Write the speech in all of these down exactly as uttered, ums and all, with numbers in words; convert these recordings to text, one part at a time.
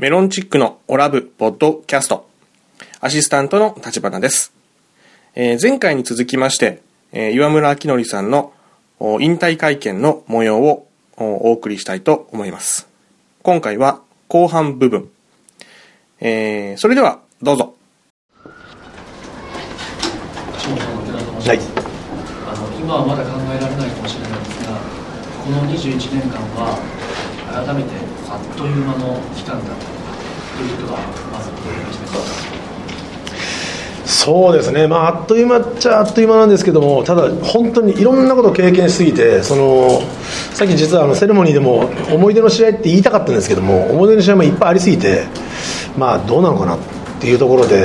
メロンチックのオラブポッドキャストアシスタントの立花です。えー、前回に続きまして、えー、岩村明則さんの引退会見の模様をお送りしたいと思います。今回は後半部分、えー、それではどうぞ。 はい、あの今はまだ考えられないかもしれないですが、このにじゅういちねんかんは改めてあっという間の期間だったということがまずお願いします。 そうですね、まあ、あっという間っちゃあっという間なんですけども、ただ本当にいろんなことを経験しすぎて、そのさっき実はあのセレモニーでも思い出の試合って言いたかったんですけども、思い出の試合もいっぱいありすぎて、まあどうなのかなっていうところで、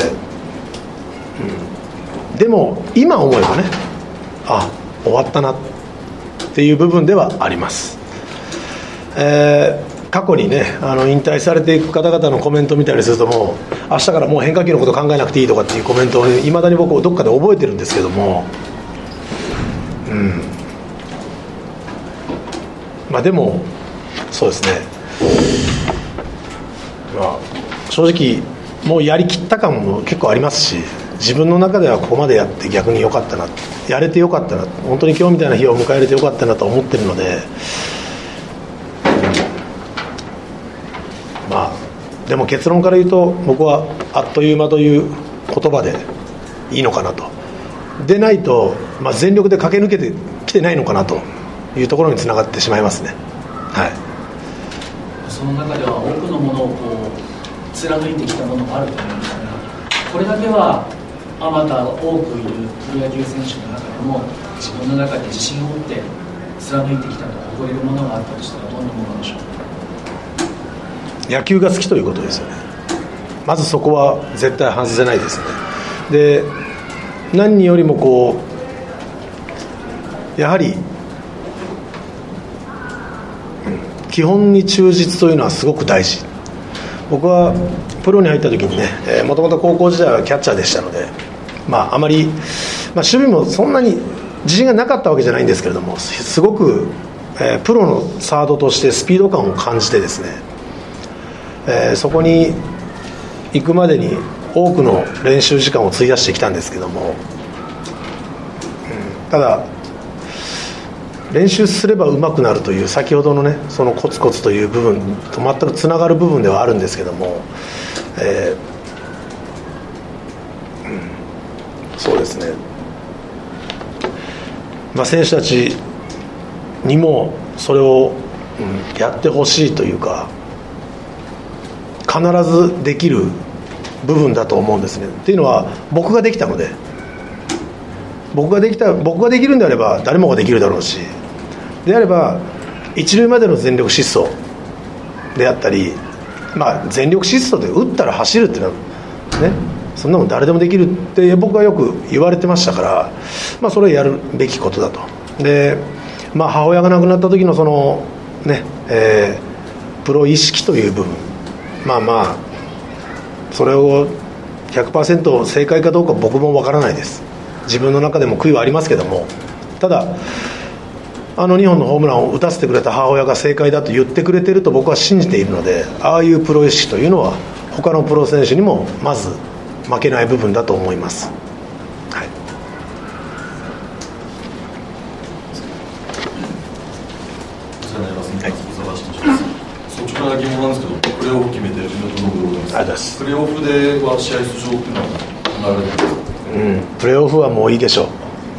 うん、でも今思えばね、あ、終わったなっていう部分ではあります。えー、過去にね、あの引退されていく方々のコメントを見たりすると、もう明日からもう変化球のこと考えなくていいとかっていうコメントをいまだに僕どっかで覚えてるんですけども、うん、まあでもそうですね、まあ、正直もうやりきった感も結構ありますし、自分の中ではここまでやって逆に良かったな、やれて良かったな、本当に今日みたいな日を迎えれて良かったなと思ってるので、まあでも結論から言うと、僕はあっという間という言葉でいいのかなと。でないと、まあ、全力で駆け抜けてきてないのかなというところにつながってしまいますね。はい、 その中では多くのものをこう貫いてきたものがあると思うんですが、これだけはあまた多くいるプロ野球選手の中でも自分の中で自信を持って貫いてきたと誇れるものがあったとしたら、どんなものでしょうか。 野球が好きということですよね。まずそこは絶対外せないですね。で、何よりもこうやはり基本に忠実というのはすごく大事。僕はプロに入った時にね、もともと高校時代はキャッチャーでしたので、まああまり、まあ、守備もそんなに自信がなかったわけじゃないんですけれども、すごく、えー、プロのサードとしてスピード感を感じてですね、えー、そこに行くまでに多くの練習時間を費やしてきたんですけども、うん、ただ練習すれば上手くなるという先ほどのね、そのコツコツという部分と全くつながる部分ではあるんですけども、えーうん、そうですね、まあ、選手たちにもそれを、うん、やってほしいというか、必ずできる部分だと思うんですね。っていうのは、僕ができたので、僕ができた僕ができるんであれば誰もができるだろうし、であれば一塁までの全力疾走であったり、まあ、全力疾走で打ったら走るっていうのはね、そんなもん誰でもできるって僕はよく言われてましたから、まあ、それをやるべきことだと。で、まあ、母親が亡くなった時のそのね、えー、プロ意識という部分、まあまあそれを ひゃくパーセント 正解かどうか僕もわからないです。自分の中でも悔いはありますけども、ただあのにほんのホームランを打たせてくれた母親が正解だと言ってくれていると僕は信じているので、ああいうプロ意識というのは他のプロ選手にもまず負けない部分だと思います。はい、 率直な疑問なんですけど、プレーオフ決めて地元の部分です。プレーオフでは試合出場っていうのは考えられてますか。 うん、プレーオフはもういいでしょう。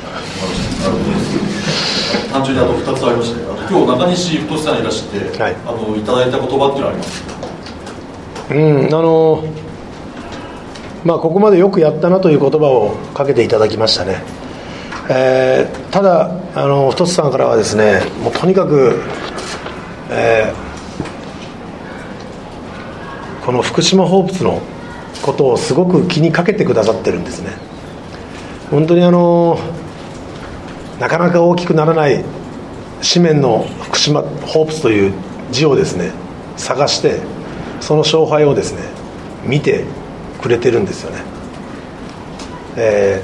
単純にあのふたつありまして、今日中西太さんいらして、はい、あのいただいた言葉っていうのはありますか。 うん、あのまあここまでよくやったなという言葉をかけていただきましたね。えー、ただあの太さんからはですね、もうとにかく、えー、この福島ホープスのことをすごく気にかけてくださってるんですね。本当にあのなかなか大きくならない紙面の福島ホープスという字をですね探して、その勝敗をですね見てくれてるんですよね。え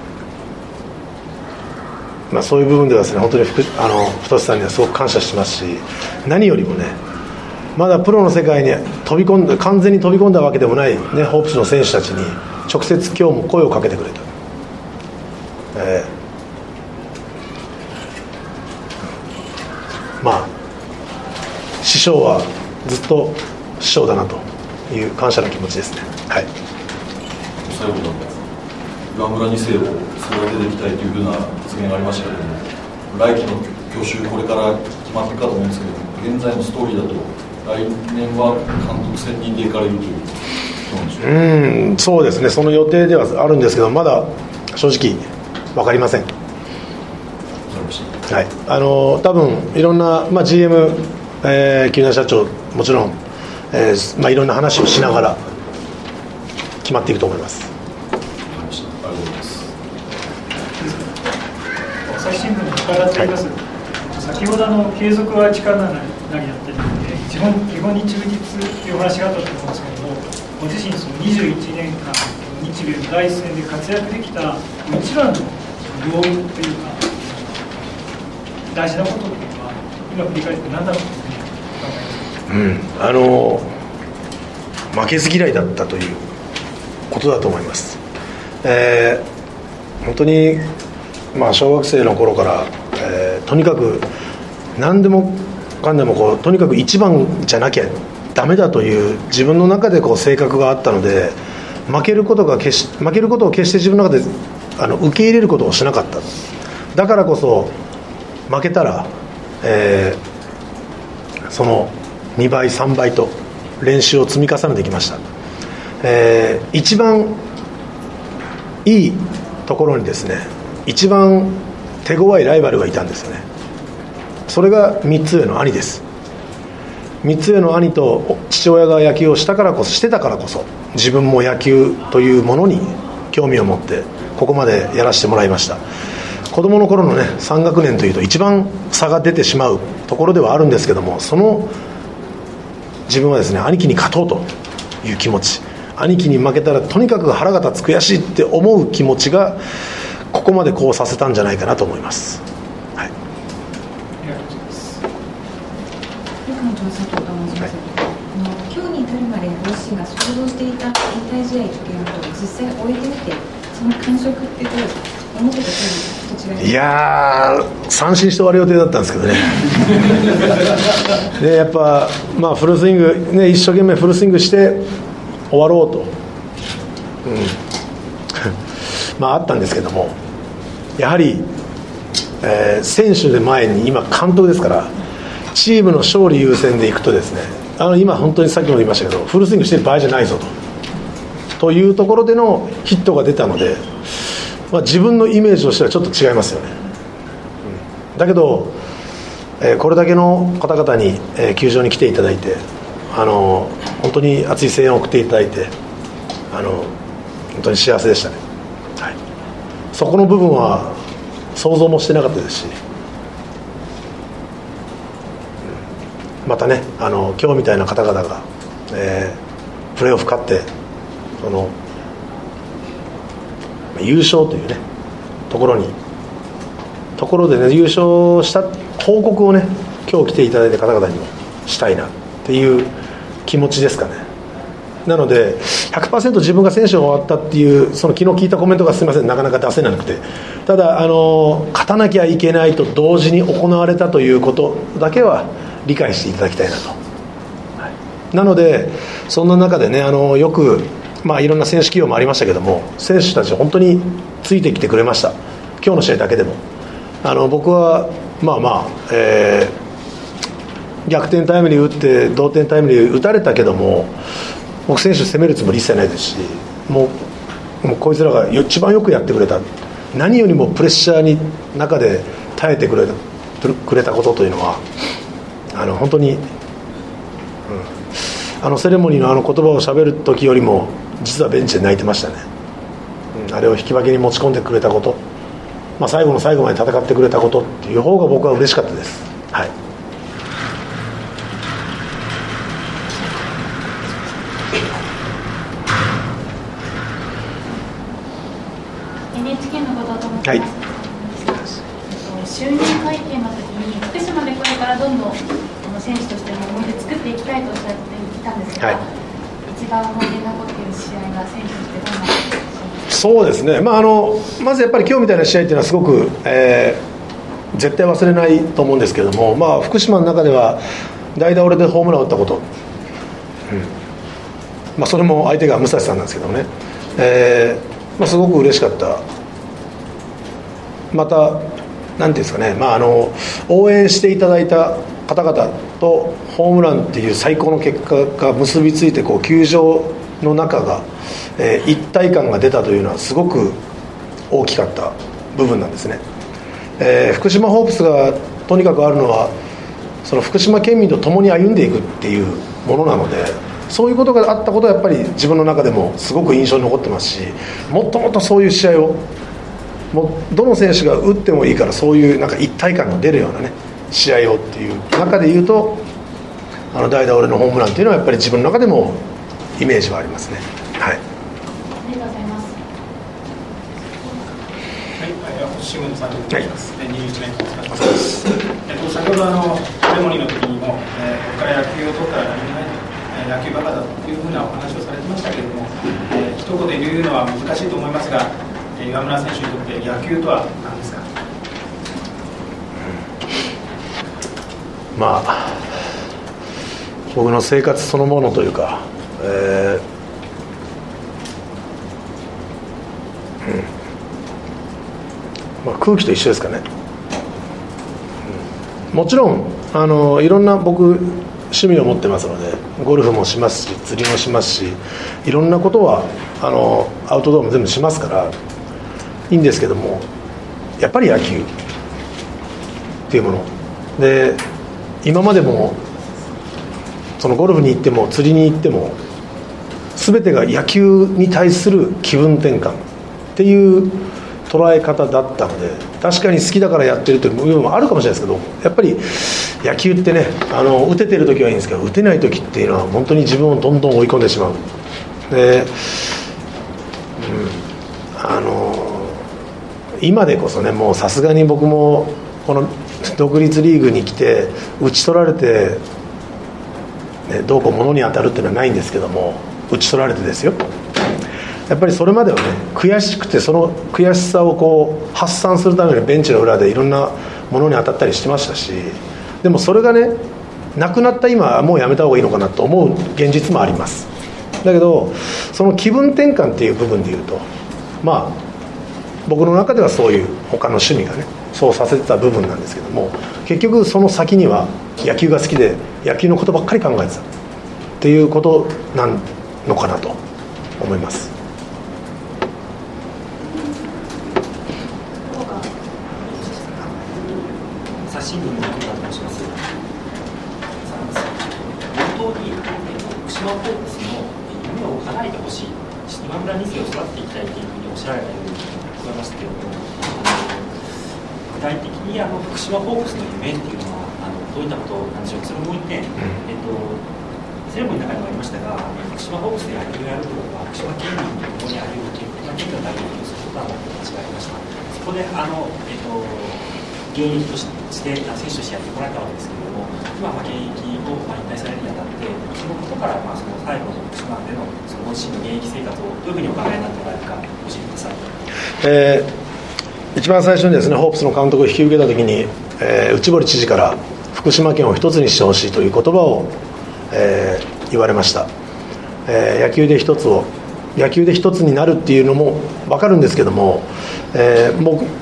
ーまあ、そういう部分ではですね、本当に福あの太さんにはすごく感謝してますし、何よりもね、 まだプロの世界に飛び込んで完全に飛び込んだわけでもない、ね、ホープスの選手たちに直接今日も声をかけてくれた、えー、まあ師匠はずっと師匠だなという感謝の気持ちですね。はい、 最後だ岩村に世を育てていきたいというふうな発言がありましたけれども、来季の去就これから決まっていくかと思うんですけれども、現在のストーリーだと来年は監督選任で行かれるという、どうでしょう。 うん、そうですね、その予定ではあるんですけど、まだ正直分かりません。はい、あの多分いろんな、まあ、ジーエム、えー、球団社長もちろん、えーまあ、いろんな話をしながら決まっていくと思います。 朝日新聞の岡田といいます、はい、先ほどの継続は力なりやってるので基本、基本に忠実というお話があったと思うんですけども、ご自身そのにじゅういちねんかん日米の第一線で活躍できた一番の要因というか大事なことというのは今振り返って何だろうと考えますか。 うん、あの負けず嫌いだったということだと思います。えー、本当にまあ、小学生の頃から、えー、とにかく何でもかんでもこうとにかく一番じゃなきゃダメだという自分の中でこう性格があったので、負けることが決し負けることを決して自分の中であの受け入れることをしなかった。だからこそ負けたら、えー、そのにばいさんばいと練習を積み重ねてきました。えー、一番いいところにですね、一番手強いライバルがいたんですよね。それがみっつ上の兄です。みっつ上の兄と父親が野球をしたからこそしてたからこそ自分も野球というものに興味を持ってここまでやらせてもらいました。子供の頃のねさん学年というと一番差が出てしまうところではあるんですけども、その自分はですね、兄貴に勝とうという気持ち、兄貴に負けたらとにかく腹が立つ悔しいって思う気持ちがここまでこうさせたんじゃないかなと思います。はい。 今日に至るまでご自身が想像していた引退試合というのと実際終えてみてその感触ってどうですか。思ってたと違いますか。 いやー三振して終わる予定だったんですけどね。でやっぱまあフルスイングね、一生懸命フルスイングして終わろうと。うん。まああったんですけども、やはり、えー、選手で前に今監督ですからチームの勝利優先でいくとですね、あの今本当にさっきも言いましたけどフルスイングしてる場合じゃないぞとというところでのヒットが出たので、まあ、自分のイメージとしてはちょっと違いますよね、うん、だけど、えー、これだけの方々に、えー、球場に来ていただいて、あの本当に熱い声援を送っていただいて、あの本当に幸せでしたね。はい、そこの部分は想像もしてなかったですし、またね、あの今日みたいな方々が、えー、プレーオフ勝ってその優勝というねところにところでね優勝した報告をね今日来ていただいた方々にもしたいなっていう気持ちですかね。なので ひゃくパーセント 自分が選手が終わったっていうその昨日聞いたコメントがすみませんなかなか出せなくて、ただあの勝たなきゃいけないと同時に行われたということだけは理解していただきたいなと、はい、なのでそんな中でね、あのよく、まあ、いろんな選手起用もありましたけども、選手たち本当についてきてくれました。今日の試合だけでもあの僕はまあまあ、えー、逆転タイムリー打って同点タイムリー打たれたけども僕選手攻めるつもり一切ないですし、もう、もうこいつらが一番よくやってくれた、何よりもプレッシャーに中で耐えてくれた、くれたことというのはあの本当に、うん、あのセレモニーのあの言葉をしゃべる時よりも実はベンチで泣いてましたね、うん、あれを引き分けに持ち込んでくれたこと、まあ、最後の最後まで戦ってくれたことっていう方が僕は嬉しかったです。はい。はい、 就任会見の時に福島でこれからどんどん選手としての思い出作っていきたいとおっしゃっていたんですが、はい、一番思い出に残っている試合が選手としてどんな試合ですか？ そうですね、まあ、あのまずやっぱり今日みたいな試合っていうのはすごく、えー、絶対忘れないと思うんですけども、まあ、福島の中では代打俺でホームランを打ったこと、うんまあ、それも相手が武蔵さんなんですけどね、えーまあ、すごく嬉しかった。またなんていうんですかね、まあ、あの応援していただいた方々とホームランっていう最高の結果が結びついてこう球場の中が、えー、一体感が出たというのはすごく大きかった部分なんですね、えー、福島ホークスがとにかくあるのはその福島県民と共に歩んでいくっていうものなので、そういうことがあったことはやっぱり自分の中でもすごく印象に残ってますし、もっともっとそういう試合をもうどの選手が打ってもいいからそういうなんか一体感が出るようなね試合をっていう中でいうと、あの代打俺のホームランっていうのはやっぱり自分の中でもイメージはありますね。はい。 ありがとうございます。 はい、星村さんでございます。はい、にじゅういちねんかんお疲れ様です。えっと先ほどあのセレモニーの時にも、えー、ここから野球を取ったら何もない、えー、野球バカだというふうなお話をされてましたけれども、えー、一言で言うのは難しいと思いますが、岩村選手にとって野球とは何ですか？ まあ僕の生活そのものというか、えーうんまあ、空気と一緒ですかね、うん、もちろんあのいろんな僕趣味を持ってますので、ゴルフもしますし釣りもしますし、いろんなことはあのアウトドアも全部しますからいいんですけども、やっぱり野球っていうもので、今までもそのゴルフに行っても釣りに行っても全てが野球に対する気分転換っていう捉え方だったので、確かに好きだからやってるという部分もあるかもしれないですけど、やっぱり野球ってね、あの打ててる時はいいんですけど、打てない時っていうのは本当に自分をどんどん追い込んでしまうで、うん、あの今でこそね、もうさすがに僕もこの独立リーグに来て打ち取られて、ね、どうこう物に当たるっていうのはないんですけども、打ち取られてですよ、やっぱりそれまではね悔しくて、その悔しさをこう発散するためにベンチの裏でいろんなものに当たったりしてましたし、でもそれがねなくなった今はもうやめた方がいいのかなと思う現実もあります。だけどその気分転換っていう部分でいうと、まあ僕の中ではそういう他の趣味がねそうさせてた部分なんですけども、結局その先には野球が好きで野球のことばっかり考えてたっていうことなのかなと思います。 朝日新聞の中田と申します。本当に福島ホークスの夢を叶えてほしい、今村に世を育てていきたいというふうにおっしゃられたように聞こえましたけれども、具体的にあの福島ホークスの夢っていうのはあのどういったことなんでしょうか。それもう一点、えっと、セレモニーの中にもありましたが、福島ホークスで野球をやるということは福島県民と共に歩むという福島県民のためにそういうことな形がありました。そこであの、えっと、現役として選手としてやってこられたわけですけれども、今、まあ、現役を、まあ、引退されるにあたってそのことから、まあ、その最後の福島でのそのご自身の現役生活をどういうふうにお考えになっておられるか教えてください。 えー、一番最初にですねホープスの監督を引き受けた時に、えー、内堀知事から福島県を一つにしてほしいという言葉を、えー、言われました、えー、野球で一つを野球で一つになるっていうのも分かるんですけども、えー、僕、うん、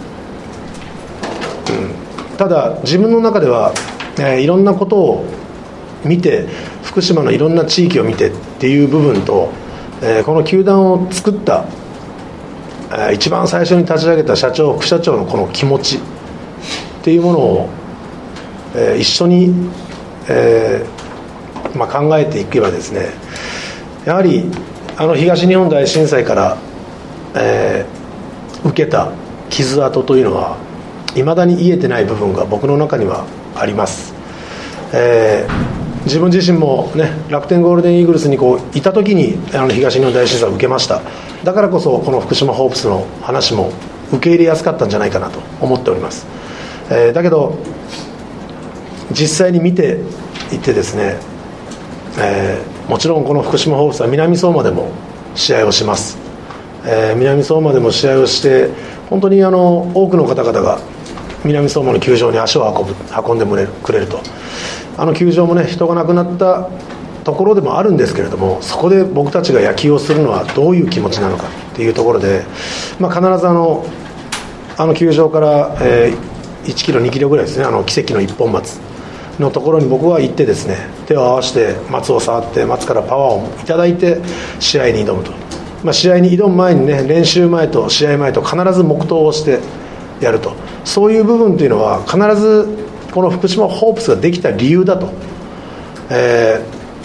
ただ自分の中では、えー、いろんなことを見て福島のいろんな地域を見てっていう部分と、えー、この球団を作った一番最初に立ち上げた社長副社長のこの気持ちっていうものを、えー、一緒に、えーまあ、考えていけばですね、やはりあの東日本大震災から、えー、受けた傷跡というのは未だに癒えてない部分が僕の中にはあります、えー、自分自身も、ね、楽天ゴールデンイーグルスにこういた時にあの東日本大震災を受けました。だからこそこの福島ホープスの話も受け入れやすかったんじゃないかなと思っております、えー、だけど実際に見て行ってですね、えー、もちろんこの福島ホークスは南相馬でも試合をします、えー、南相馬でも試合をして本当にあの多くの方々が南相馬の球場に足を運ぶ運んでくれると。あの球場もね人が亡くなったところでもあるんですけれども、そこで僕たちが野球をするのはどういう気持ちなのかっていうところで、まあ、必ずあのあの球場から、えー、いちキロにキロぐらいですね、あの奇跡の一本松のところに僕は行ってですね、手を合わせて松を触って松からパワーをいただいて試合に挑むと、まあ、試合に挑む前にね、練習前と試合前と必ず黙祷をしてやると、そういう部分というのは必ずこの福島ホープスができた理由だと、え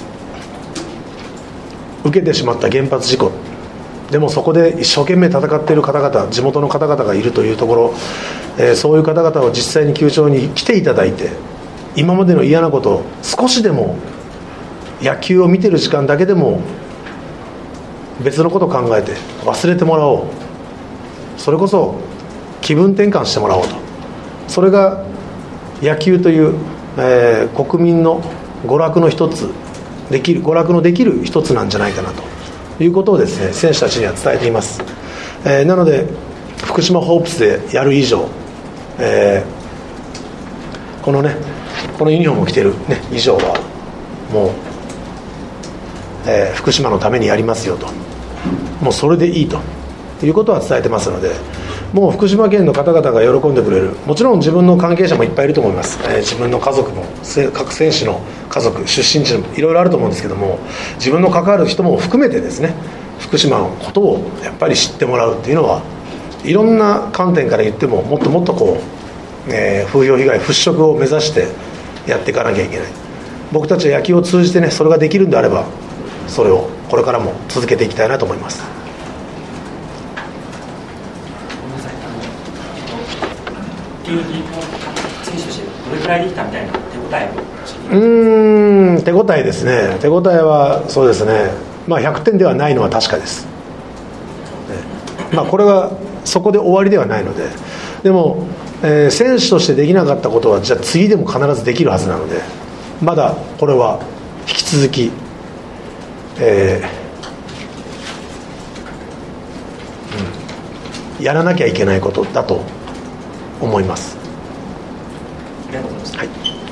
ー、受けてしまった原発事故でもそこで一生懸命戦っている方々、地元の方々がいるというところ、えー、そういう方々を実際に球場に来ていただいて、今までの嫌なことを少しでも野球を見てる時間だけでも別のことを考えて忘れてもらおう、それこそ気分転換してもらおうと、それが野球という、えー、国民の娯楽の一つできる娯楽のできる一つなんじゃないかなということをですね、選手たちには伝えています、えー、なので福島ホープスでやる以上、えー、このねこのユニフォームを着てる、ね、以上はもう、えー、福島のためにやりますよと、もうそれでいいということは伝えてますので、もう福島県の方々が喜んでくれる、もちろん自分の関係者もいっぱいいると思います、えー、自分の家族も各選手の家族出身地もいろいろあると思うんですけども、自分の関わる人も含めてですね、福島のことをやっぱり知ってもらうっていうのはいろんな観点から言ってももっともっとこう、えー、風評被害払拭を目指してやっていかなきゃいけない。僕たちは野球を通じてね、それができるんであればそれをこれからも続けていきたいなと思います。 現役の選手としてどれくらいできたみたいな手応えを。 うーん手応えですね、手応えはそうですね、まあ、ひゃくてんではないのは確かです、まあ、これはそこで終わりではないので、でも、えー、選手としてできなかったことはじゃあ次でも必ずできるはずなので、まだこれは引き続き、えーうん、やらなきゃいけないことだと思います。 ありがとうございます。 はい。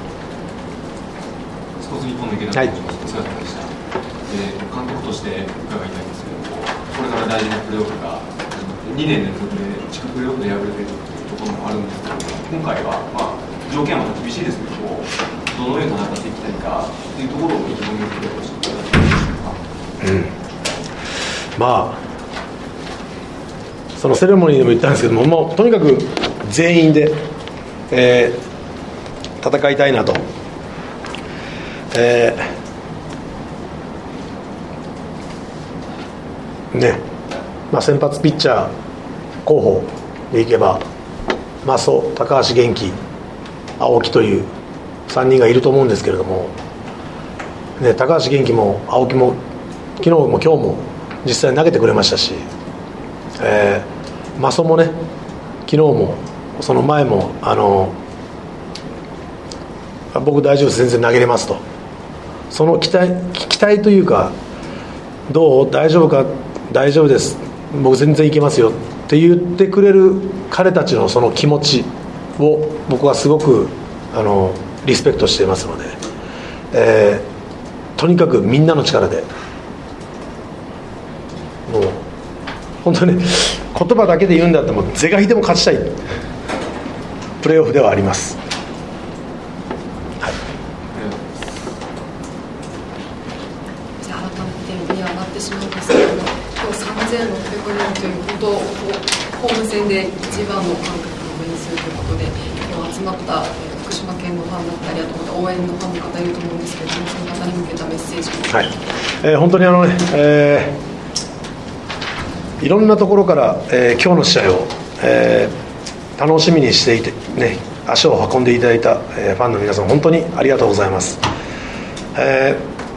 スポーツ日本の池田選手の姿でした。で、監督として伺いたいんですけども、これから大事なプレーオフがにねん連続で地区プレーオフで敗れているというところもあるんですけども、今回はまあ条件はまた厳しいですけども、どのように戦っていきたいかというところを意気込みをプレーをしていただけますか。うん。 まあそのセレモニーでも言ったんですけども、もうとにかく全員で、えー、戦いたいなと、えー、ね、まあ、先発ピッチャー候補でいけば増尾、高橋元気、青木というさんにんがいると思うんですけれども、ね、高橋元気も青木も昨日も今日も実際投げてくれましたし、えー、増尾もね昨日もその前もあの僕大丈夫です全然投げれますと、その期待期待というか、どう大丈夫か大丈夫です僕全然いけますよって言ってくれる彼たちのその気持ちを僕はすごくあのリスペクトしていますので、えー、とにかくみんなの力でもう本当に言葉だけで言うんだっても是が非でも勝ちたいプレーオフではあります。はい、 じゃあ改めて上に上がってしまうんですけれども、今日さんぜんろっぴゃくにんという本当ホーム戦で一番の観客の分数ということで今日集まった福島県のファンだったり、あとまた応援のファンの方いると思うんですけれども、その方に向けたメッセージを。はい、 えー、本当にあのね、えー、いろんなところから、えー、今日の試合を、えー、楽しみにしていてね、足を運んでいただいた、えー、ファンの皆さん本当にありがとうございます。え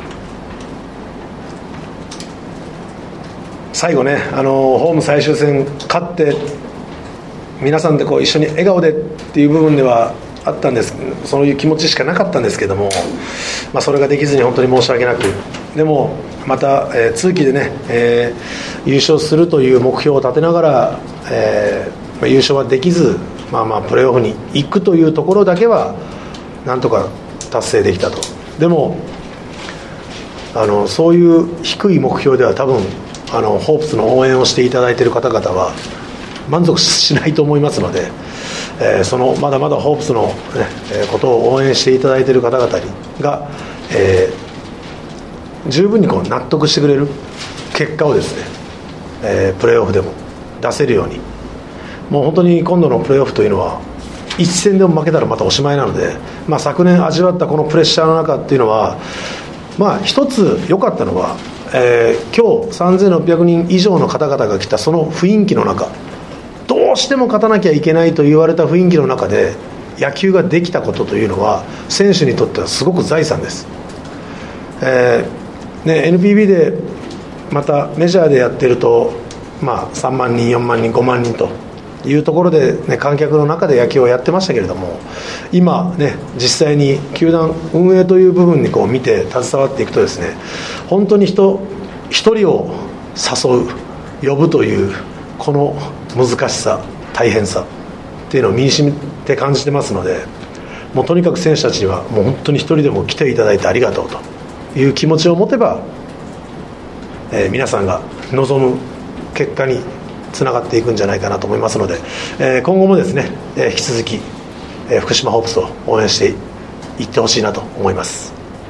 ー、最後ね、あのホーム最終戦勝って皆さんでこう一緒に笑顔でっていう部分ではあったんです、そういう気持ちしかなかったんですけども、まあ、それができずに本当に申し訳なく、でもまた、えー、通期でね、えー、優勝するという目標を立てながら、えーまあ、優勝はできず、まあまあプレーオフに行くというところだけはなんとか達成できたと。でもあのそういう低い目標では多分あのホープスの応援をしていただいている方々は満足しないと思いますので、えー、そのまだまだホープスの、ねえー、ことを応援していただいている方々が、えー、十分にこう納得してくれる結果をですね、えー、プレーオフでも出せるように、もう本当に今度のプレーオフというのは一戦でも負けたらまたおしまいなので、まあ、昨年味わったこのプレッシャーの中っていうのは、まあ、一つ良かったのは、えー、今日さんぜんろっぴゃくにん以上の方々が来たその雰囲気の中、どうしても勝たなきゃいけないと言われた雰囲気の中で野球ができたことというのは選手にとってはすごく財産です、えーね、エヌピービー でまたメジャーでやってると、まあ、さんまんにんよんまんにんごまんにんというところで、ね、観客の中で野球をやってましたけれども、今、ね、実際に球団運営という部分にこう見て携わっていくとですね、本当に人一人を誘う呼ぶというこの難しさ大変さっていうのを身に染みて感じてますので、もうとにかく選手たちにはもう本当に一人でも来ていただいてありがとうという気持ちを持てば、えー、皆さんが望む結果につながっていくんじゃないかなと思いますので、えー、今後もですね、えー、引き続き、えー、福島ホープスを応援していってほしいなと思います。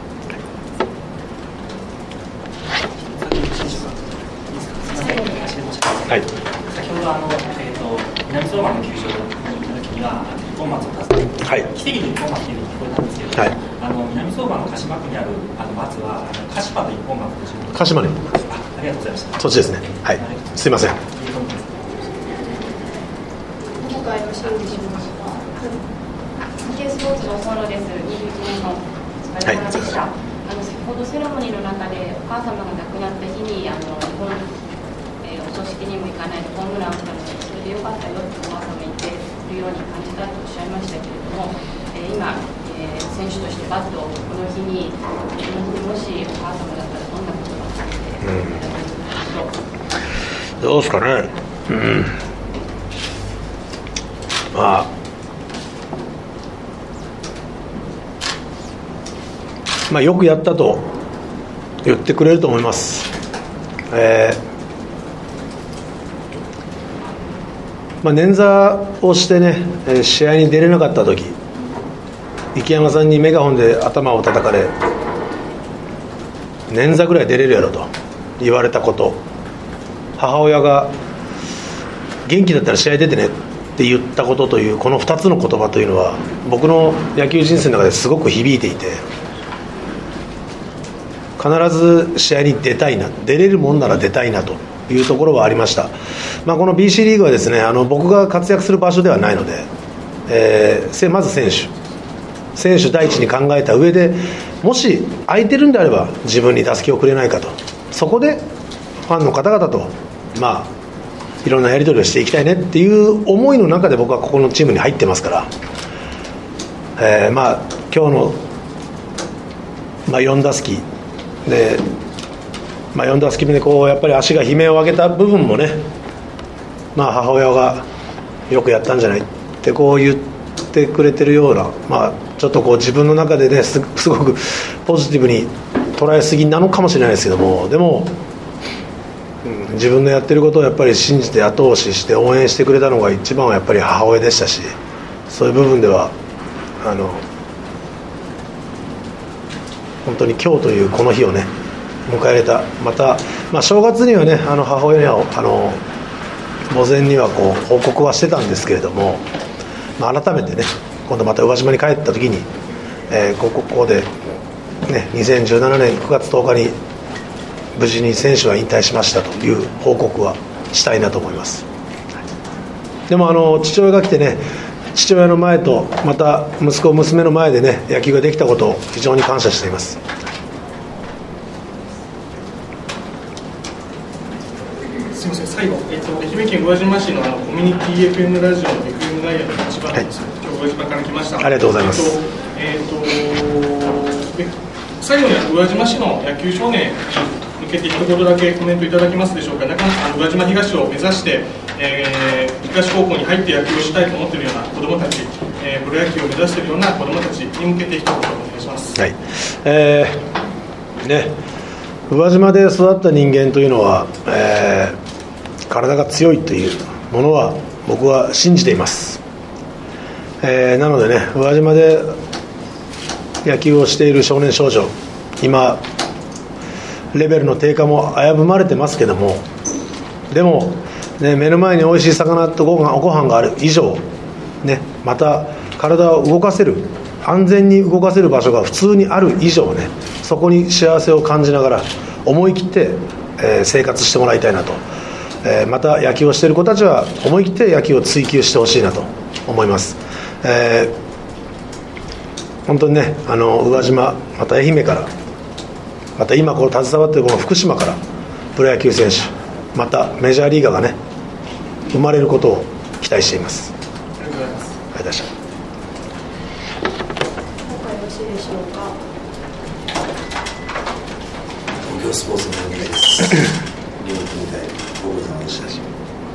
はい、先ほどあの、えー、と南相馬の球場に行った時には一本松を訪ねて、はい、奇跡の一本松というのが聞こえたんですけど、はい、あの南相馬の鹿島区にあるあの松は鹿島の一本松という鹿島にあ, ありがとうございました。 そっちですね。はい、すいません。 お伺いをしようとしました。サンケイスポーツのソロです。にじゅういちねんかんお疲れ様でした。はい、あの先ほどセレモニーの中でお母様が亡くなった日にあの日本、えー、お葬式にも行かないでホームランを打ったのでそれでよかったよってお母様言っているように感じたとおっしゃいましたけれども、えー、今、えー、選手としてバットをこの日にこの日にもしお母様だったらどんなことがあっていただけるでしょう。 どうですかね。うんまあ、まあよくやったと言ってくれると思います、えーまあ、捻挫をしてね試合に出れなかった時、池山さんにメガホンで頭を叩かれ、捻挫ぐらい出れるやろと言われたこと、母親が元気だったら試合出てねって言ったことというこのふたつの言葉というのは僕の野球人生の中ですごく響いていて、必ず試合に出たいな、出れるもんなら出たいなというところはありました。まあ、この ビーシー リーグはですね、あの僕が活躍する場所ではないので、えー、まず選手選手第一に考えた上で、もし空いてるんであれば自分に打席をくれないかと、そこでファンの方々とまあいろんなやり取りをしていきたいねっていう思いの中で僕はここのチームに入ってますから、えー、まあ今日の、まあ、よん打席で、まあ、よん打席目でこうやっぱり足が悲鳴を上げた部分もね、まあ、母親がよくやったんじゃないってこう言ってくれてるような、まあ、ちょっとこう自分の中でね す, すごくポジティブに捉えすぎなのかもしれないですけども、でも自分のやってることをやっぱり信じて後押しして応援してくれたのが一番はやっぱり母親でしたし、そういう部分ではあの本当に今日というこの日をね迎えられた。また、まあ、正月にはねあの母親にはあの墓前にはこう報告はしてたんですけれども、まあ、改めてね今度また宇和島に帰った時に、えー、ここで、ね、にせんじゅうななねんくがつとおかに無事に選手は引退しましたという報告はしたいなと思います。でもあの父親が来てね、父親の前とまた息子娘の前でね野球ができたことを非常に感謝しています。 すみません、最後、えっと、愛媛県宇和島市のあのコミュニティ エフエム ラジオの エフエム外野の立花です、はい、今日宇和島から来ました。 ありがとうございます。 えーとえー、と最後に宇和島市の野球少年に向けて一言だけコメントいただけますでしょうか。中あの宇和島東を目指して、えー、東高校に入って野球をしたいと思っているような子どもたち、えー、プロ野球を目指しているような子どもたちに向けて一言お願いします。 はい、えーね、宇和島で育った人間というのは、えー、体が強いというものは僕は信じています。えー、なのでね、宇和島で野球をしている少年少女、今レベルの低下も危ぶまれてますけども、でも、ね、目の前に美味しい魚とご飯、ご飯がある以上、ね、また体を動かせる、安全に動かせる場所が普通にある以上ね、そこに幸せを感じながら思い切って、えー、生活してもらいたいなと、えー、また野球をしている子たちは思い切って野球を追求してほしいなと思います。えー、本当にね、あの宇和島、また愛媛から、また今こう携わっているこの福島からプロ野球選手、またメジャーリーガーがね生まれることを期待しています。 ありがとうございます。 ありがとうございました。 今回よろしいでしょうか。東京スポーツの問題です。両組み会ご苦労様でしたし、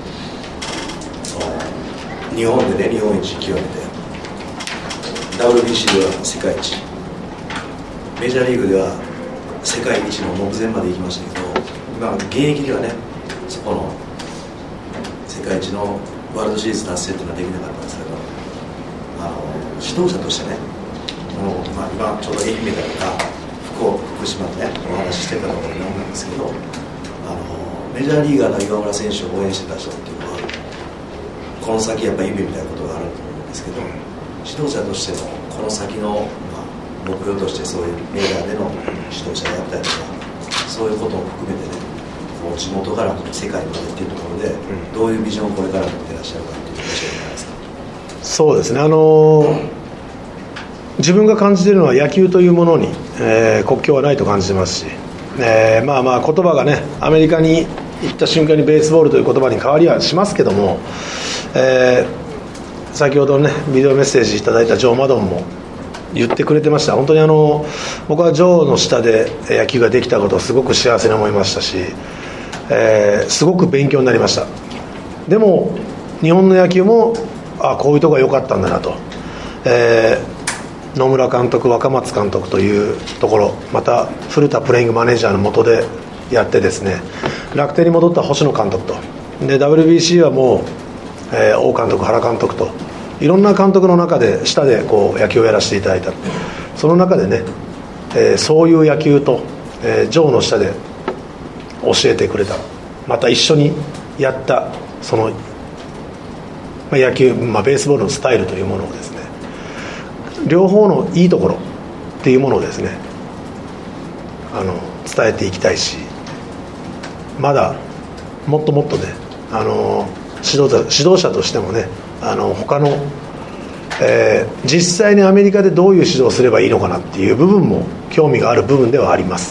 日本でね、日本一極めて ダブリュービーシー では世界一、メジャーリーグでは世界一の目前まで行きましたけど、今現役ではね、そこの世界一のワールドシリーズ達成というのはできなかったんですけど、あの指導者としてね、もう、まあ、今ちょうど愛媛だとか福岡、福島でねお話ししてたところに思うんですけど、あのメジャーリーガーの岩村選手を応援してた人っていうのはこの先やっぱ夢みたいなことがあると思うんですけど、指導者としてのこの先の、まあ、目標としてそういうメジャーでの指導者であったりとか、そういうことも含めてね、もう地元から世界までっていうところで、うん、どういうビジョンをこれから持ってらっしゃるかっていうところを教えてもらえますか。 そうですね、あのー、自分が感じているのは野球というものに、えー、国境はないと感じてますし、えー、まあまあ言葉がね、アメリカに行った瞬間にベースボールという言葉に変わりはしますけども、えー、先ほどねビデオメッセージいただいたジョー・マドンも言ってくれてました。本当にあの僕はジョーの下で野球ができたことをすごく幸せに思いましたし、えー、すごく勉強になりました。でも日本の野球もあこういうとこが良かったんだなと、えー、野村監督、若松監督というところ、また古田プレイングマネージャーの下でやってですね、楽天に戻った星野監督とで ダブリュービーシー はもう、えー、王監督、原監督といろんな監督の中で下でこう野球をやらせていただいた。その中でね、えー、そういう野球と、えー、ジョーの下で教えてくれた、また一緒にやったその、まあ、野球、まあ、ベースボールのスタイルというものをですね、両方のいいところっていうものをですね、あの伝えていきたいし、まだもっともっとね、あの指導者、指導者としてもね、あの他の、えー、実際にアメリカでどういう指導をすればいいのかなっていう部分も興味がある部分ではあります。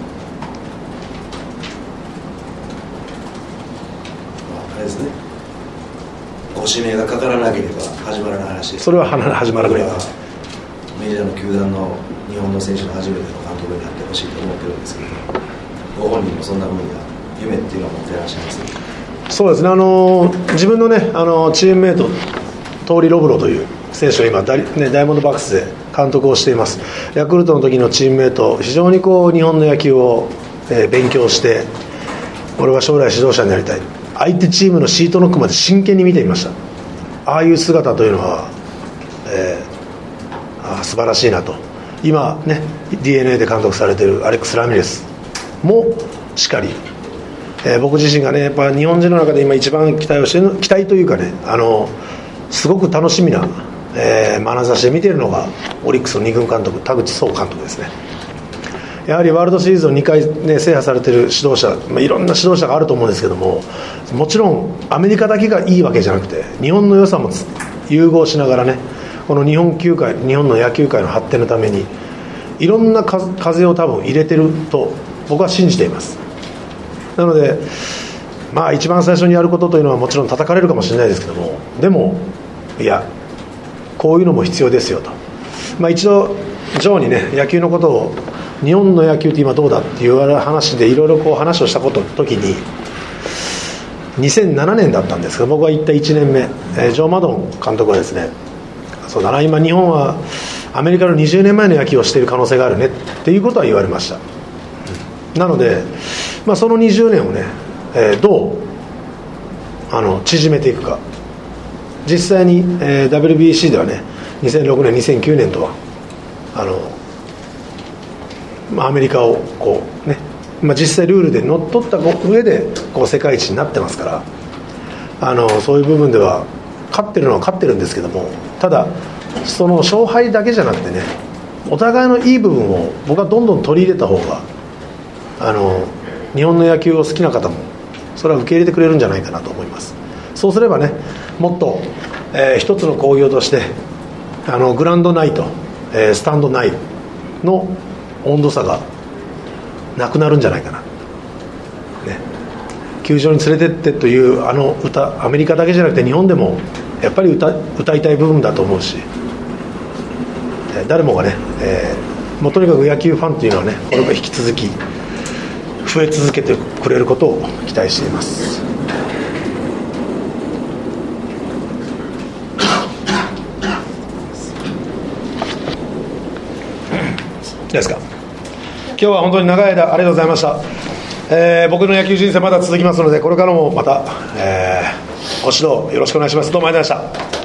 あれですね、ご指名がかからなければ始まらない話です。 それは始まらない。 メジャーの球団の日本の選手の初めての監督になってほしいと思ってるんですけど、ご本人もそんなふうな夢っていうのを持っていらっしゃいます。 そうですね、あの自分のね、あのチームメートトーリー・ロブロという選手が今ダイ、ね、ダイヤモンドバックスで監督をしています。ヤクルトの時のチームメート、非常にこう日本の野球を、えー、勉強して、俺は将来指導者になりたい、相手チームのシートノックまで真剣に見てみました。ああいう姿というのは、えー、あ素晴らしいなと。今ね ディーエヌエー で監督されているアレックス・ラミレスもしかり、えー、僕自身がね、やっぱ日本人の中で今一番期待をしてる、期待というかね、あのすごく楽しみな、えー、眼差しで見ているのがオリックスのに軍監督、田口壮監督ですね。やはりワールドシリーズをにかい、ね、制覇されている指導者、まあ、いろんな指導者があると思うんですけども、もちろんアメリカだけがいいわけじゃなくて、日本の良さも融合しながらね、この日本球界、日本の野球界の発展のためにいろんな風を多分入れてると僕は信じています。なので、まあ、一番最初にやることというのはもちろん叩かれるかもしれないですけども、でもいやこういうのも必要ですよと、まあ、一度ジョーにね野球のことを日本の野球って今どうだって言われる話でいろいろこう話をしたことの時ににせんななねんだったんですが、僕が行ったいちねんめ、えー、ジョー・マドン監督はですね、そうだな今日本はアメリカのにじゅうねんまえの野球をしている可能性があるねっていうことは言われました、うん、なので、まあ、そのにじゅうねんをね、えー、どうあの縮めていくか、実際に、えー、ダブリュービーシー ではねにせんろくねんにせんきゅうねんとはあの、まあ、アメリカをこうね、まあ、実際ルールで乗っ取った上でこう世界一になってますから、あのそういう部分では勝ってるのは勝ってるんですけども、ただその勝敗だけじゃなくてね、お互いのいい部分を僕はどんどん取り入れた方があの日本の野球を好きな方もそれは受け入れてくれるんじゃないかなと思います。そうすればねもっと、えー、一つの興行としてあのグラウンド内と、えー、スタンド内の温度差がなくなるんじゃないかな、ね、球場に連れてってというあの歌、アメリカだけじゃなくて日本でもやっぱり 歌, 歌いたい部分だと思うし、誰もがね、えー、もうとにかく野球ファンというのはねこれが引き続き増え続けてくれることを期待しています。ですか。今日は本当に長い間ありがとうございました、えー、僕の野球人生まだ続きますのでこれからもまた、えー、ご指導よろしくお願いします。どうもありがとうございました。